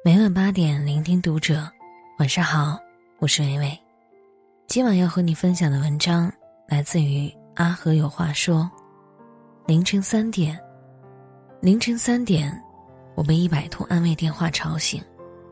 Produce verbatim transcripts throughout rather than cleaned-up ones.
每晚八点聆听读者，晚上好，我是维维。今晚要和你分享的文章来自于阿和有话说。凌晨三点，凌晨三点，我被一百通安慰电话吵醒。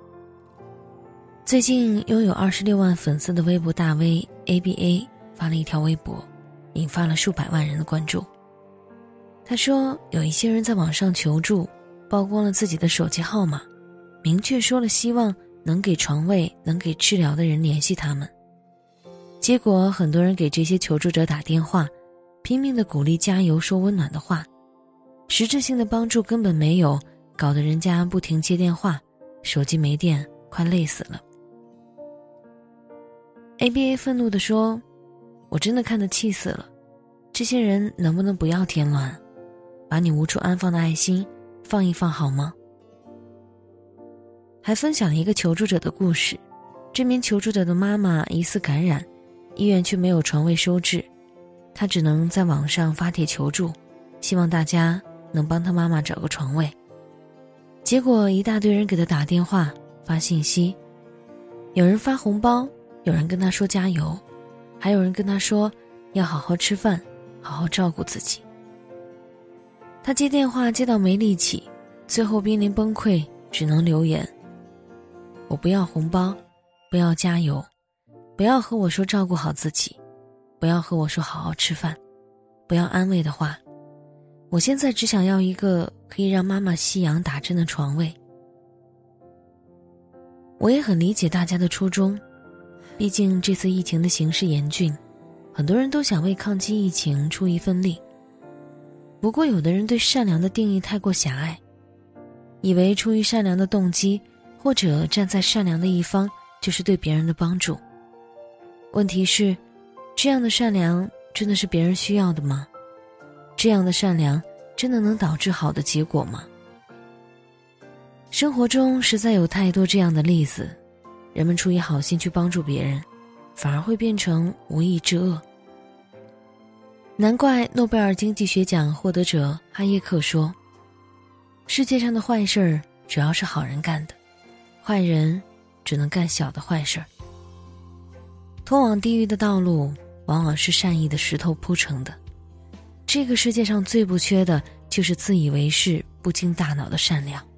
最近拥有二十六万粉丝的微博大 V A B A 发了一条微博，引发了数百万人的关注。他说，有一些人在网上求助，曝光了自己的手机号码，明确说了希望能给床位、能给治疗的人联系他们。结果很多人给这些求助者打电话，拼命的鼓励加油，说温暖的话，实质性的帮助根本没有，搞得人家不停接电话，手机没电，快累死了。A B A 愤怒地说，我真的看得气死了，这些人能不能不要添乱，把你无处安放的爱心放一放好吗？还分享了一个求助者的故事，这名求助者的妈妈疑似感染，医院却没有床位收治，他只能在网上发帖求助，希望大家能帮他妈妈找个床位。结果一大堆人给他打电话发信息，有人发红包，有人跟他说加油，还有人跟他说要好好吃饭，好好照顾自己。他接电话接到没力气，最后濒临崩溃，只能留言，我不要红包，不要加油，不要和我说照顾好自己，不要和我说好好吃饭，不要安慰的话，我现在只想要一个可以让妈妈吸氧打针的床位。我也很理解大家的初衷，毕竟这次疫情的形势严峻，很多人都想为抗击疫情出一份力。不过有的人对善良的定义太过狭隘，以为出于善良的动机或者站在善良的一方就是对别人的帮助。问题是，这样的善良真的是别人需要的吗？这样的善良真的能导致好的结果吗？生活中实在有太多这样的例子，人们出于好心去帮助别人，反而会变成无义之恶。难怪诺贝尔经济学奖获得者哈耶克说，世界上的坏事儿主要是好人干的，坏人只能干小的坏事儿。通往地狱的道路往往是善意的石头铺成的，这个世界上最不缺的就是自以为是、不经大脑的善良。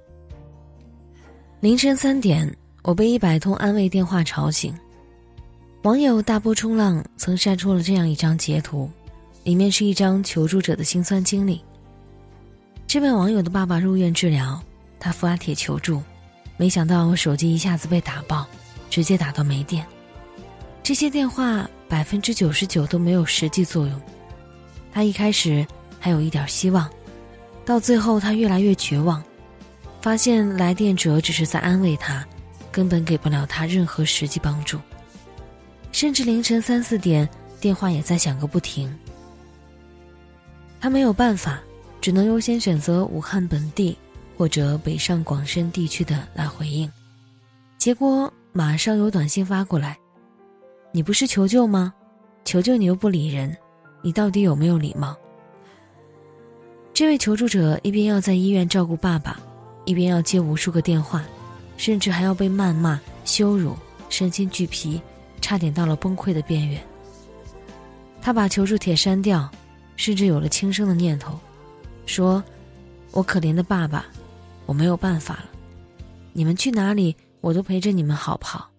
凌晨三点，我被一百通安慰电话吵醒。网友大波冲浪曾晒出了这样一张截图，里面是一张求助者的辛酸经历。这位网友的爸爸入院治疗，他发帖求助，没想到手机一下子被打爆，直接打到没电。这些电话百分之九十九都没有实际作用。他一开始还有一点希望，到最后他越来越绝望，发现来电者只是在安慰他，根本给不了他任何实际帮助。甚至凌晨三四点，电话也在响个不停。他没有办法，只能优先选择武汉本地或者北上广深地区的来回应。结果马上有短信发过来，你不是求救吗？求救你又不理人，你到底有没有礼貌？这位求助者一边要在医院照顾爸爸，一边要接无数个电话，甚至还要被谩骂、羞辱，身心俱疲，差点到了崩溃的边缘。他把求助帖删掉，甚至有了轻生的念头，说，我可怜的爸爸，我没有办法了，你们去哪里我都陪着你们好不好？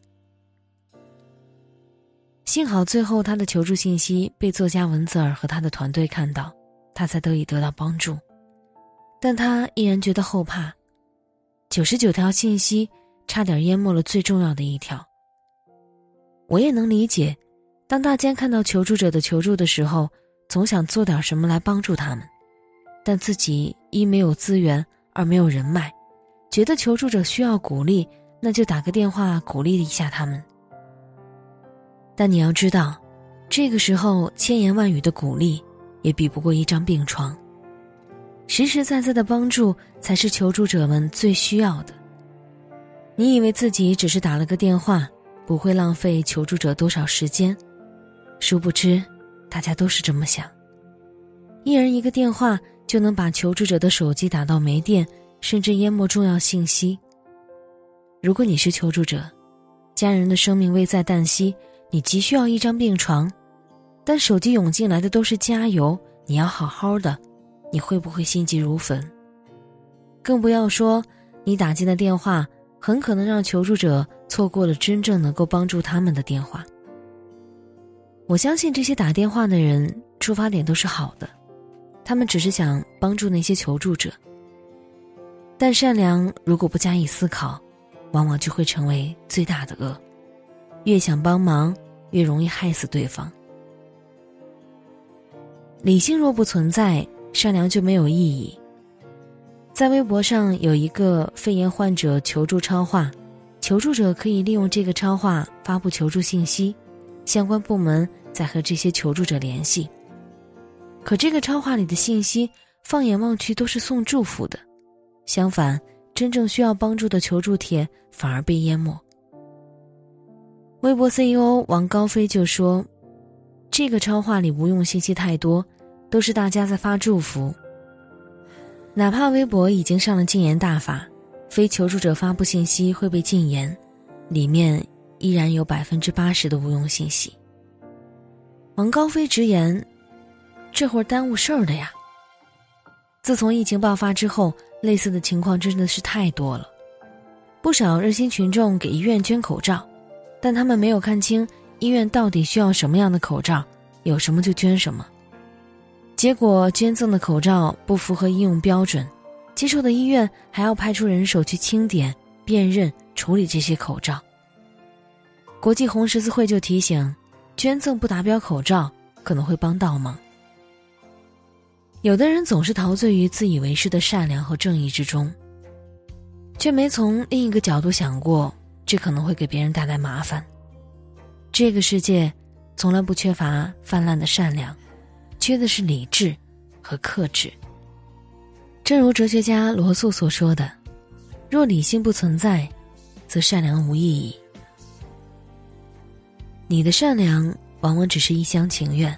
幸好最后他的求助信息被作家文泽尔和他的团队看到，他才得以得到帮助。但他依然觉得后怕，九十九条信息差点淹没了最重要的一条。我也能理解，当大家看到求助者的求助的时候，总想做点什么来帮助他们，但自己一没有资源，二没有人脉，觉得求助者需要鼓励，那就打个电话鼓励一下他们。但你要知道，这个时候千言万语的鼓励也比不过一张病床，实实在在的帮助才是求助者们最需要的。你以为自己只是打了个电话，不会浪费求助者多少时间，殊不知大家都是这么想。一人一个电话就能把求助者的手机打到没电，甚至淹没重要信息。 如果你是求助者，家人的生命危在旦夕，你急需要一张病床，但手机涌进来的都是加油，你要好好的，你会不会心急如焚？更不要说你打进的电话很可能让求助者错过了真正能够帮助他们的电话。我相信这些打电话的人出发点都是好的，他们只是想帮助那些求助者。但善良如果不加以思考，往往就会成为最大的恶，越想帮忙越容易害死对方。理性若不存在，善良就没有意义。在微博上有一个肺炎患者求助超话，求助者可以利用这个超话发布求助信息，相关部门再和这些求助者联系。可这个超话里的信息放眼望去都是送祝福的，相反真正需要帮助的求助帖反而被淹没。微博 C E O 王高飞就说，这个超话里无用信息太多，都是大家在发祝福。哪怕微博已经上了禁言大法，非求助者发布信息会被禁言，里面依然有 百分之八十 的无用信息。王高飞直言，这会儿耽误事儿的呀。自从疫情爆发之后，类似的情况真的是太多了。不少热心群众给医院捐口罩，但他们没有看清医院到底需要什么样的口罩，有什么就捐什么。结果捐赠的口罩不符合医用标准，接受的医院还要派出人手去清点、辨认、处理这些口罩。国际红十字会就提醒，捐赠不达标口罩可能会帮倒忙。有的人总是陶醉于自以为是的善良和正义之中，却没从另一个角度想过，这可能会给别人带来麻烦。这个世界从来不缺乏泛滥的善良，缺的是理智和克制。正如哲学家罗素所说的，若理性不存在，则善良无意义。你的善良往往只是一厢情愿。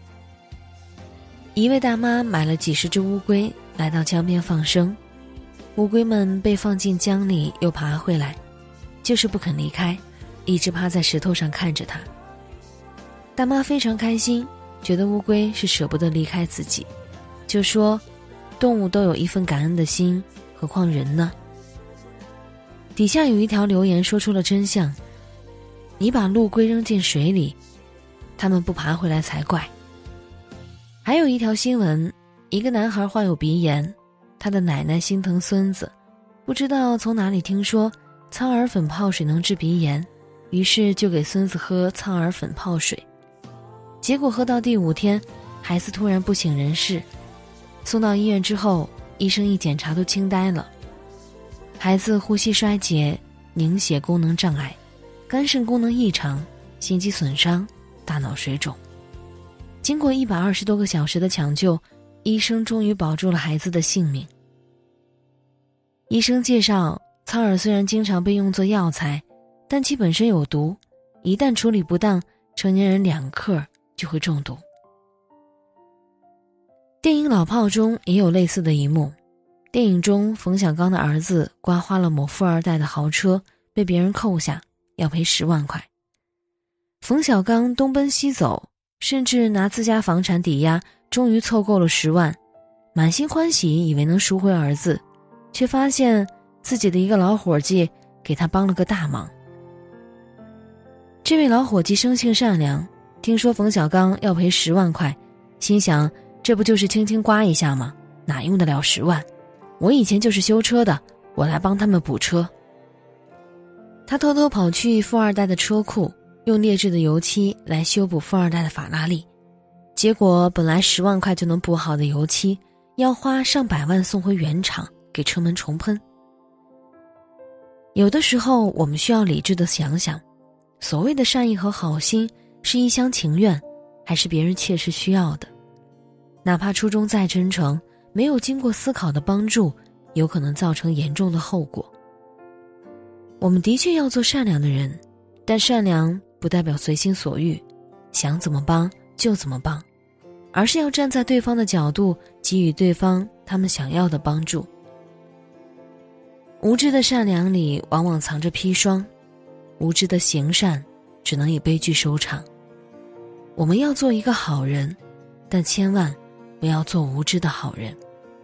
一位大妈买了几十只乌龟来到江边放生，乌龟们被放进江里又爬回来，就是不肯离开，一直趴在石头上看着它。大妈非常开心，觉得乌龟是舍不得离开自己，就说动物都有一份感恩的心，何况人呢？底下有一条留言说出了真相，你把陆龟扔进水里，它们不爬回来才怪。还有一条新闻，一个男孩患有鼻炎，他的奶奶心疼孙子，不知道从哪里听说苍耳粉泡水能治鼻炎，于是就给孙子喝苍耳粉泡水。结果喝到第五天，孩子突然不省人事，送到医院之后，医生一检查都惊呆了，孩子呼吸衰竭、凝血功能障碍、肝肾功能异常、心肌损伤、大脑水肿。经过一百二十多个小时的抢救，医生终于保住了孩子的性命。医生介绍，苍耳虽然经常被用作药材，但其本身有毒，一旦处理不当，成年人两克就会中毒。电影《老炮》中也有类似的一幕，电影中冯小刚的儿子刮花了某富二代的豪车，被别人扣下，要赔十万块。冯小刚东奔西走，甚至拿自家房产抵押，终于凑够了十万，满心欢喜，以为能赎回儿子，却发现自己的一个老伙计给他帮了个大忙。这位老伙计生性善良，听说冯小刚要赔十万块，心想这不就是轻轻刮一下吗？哪用得了十万？我以前就是修车的，我来帮他们补车。他偷偷跑去富二代的车库，用劣质的油漆来修补富二代的法拉利，结果本来十万块就能补好的油漆，要花上百万送回原厂给车门重喷。有的时候我们需要理智地想想，所谓的善意和好心是一厢情愿，还是别人切实需要的？哪怕初衷再真诚，没有经过思考的帮助，有可能造成严重的后果。我们的确要做善良的人，但善良不代表随心所欲，想怎么帮就怎么帮，而是要站在对方的角度，给予对方他们想要的帮助。 无知的善良里往往藏着砒霜，无知的行善只能以悲剧收场。我们要做一个好人，但千万不要做无知的好人。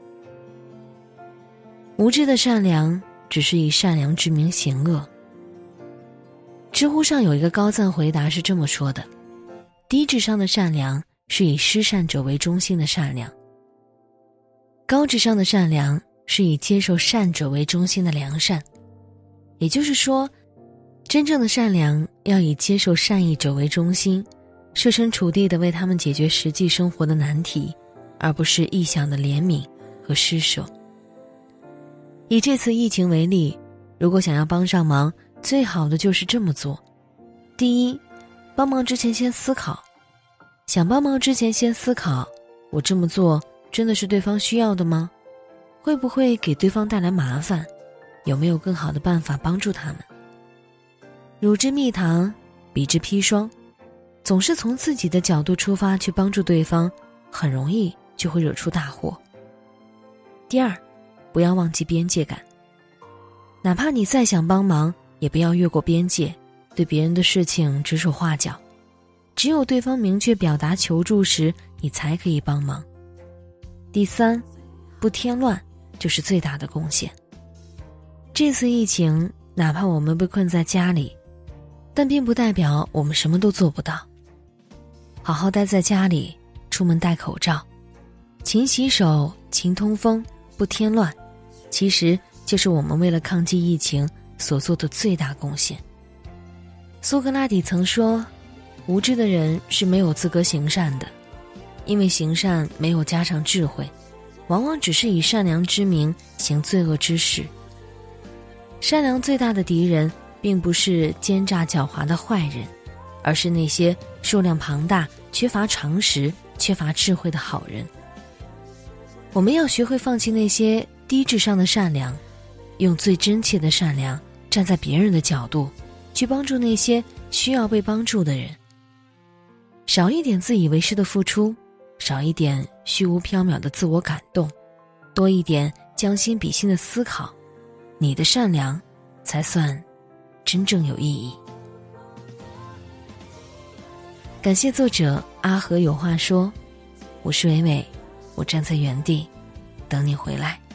无知的善良只是以善良之名行恶。知乎上有一个高赞回答是这么说的：低智商的善良是以施善者为中心的善良，高智商的善良是以接受善者为中心的良善。也就是说，真正的善良要以接受善意者为中心，设身处地地为他们解决实际生活的难题，而不是臆想的怜悯和施舍。以这次疫情为例，如果想要帮上忙，最好的就是这么做。第一，帮忙之前先思考，想帮忙之前先思考，我这么做真的是对方需要的吗？会不会给对方带来麻烦？有没有更好的办法帮助他们？汝之蜜糖，彼之砒霜，总是从自己的角度出发去帮助对方，很容易就会惹出大祸。第二，不要忘记边界感，哪怕你再想帮忙，也不要越过边界，对别人的事情指手画脚。只有对方明确表达求助时，你才可以帮忙。第三，不添乱就是最大的贡献。这次疫情，哪怕我们被困在家里，但并不代表我们什么都做不到。好好待在家里，出门戴口罩，勤洗手，勤通风，不添乱，其实就是我们为了抗击疫情所做的最大贡献。苏格拉底曾说，无知的人是没有资格行善的，因为行善没有加上智慧，往往只是以善良之名行罪恶之事。善良最大的敌人并不是奸诈狡猾的坏人，而是那些数量庞大、缺乏常识、缺乏智慧的好人。我们要学会放弃那些低智商的善良，用最真切的善良站在别人的角度去帮助那些需要被帮助的人。少一点自以为是的付出，少一点虚无缥缈的自我感动，多一点将心比心的思考，你的善良才算真正有意义。感谢作者阿和有话说，我是伟伟，我站在原地等你回来。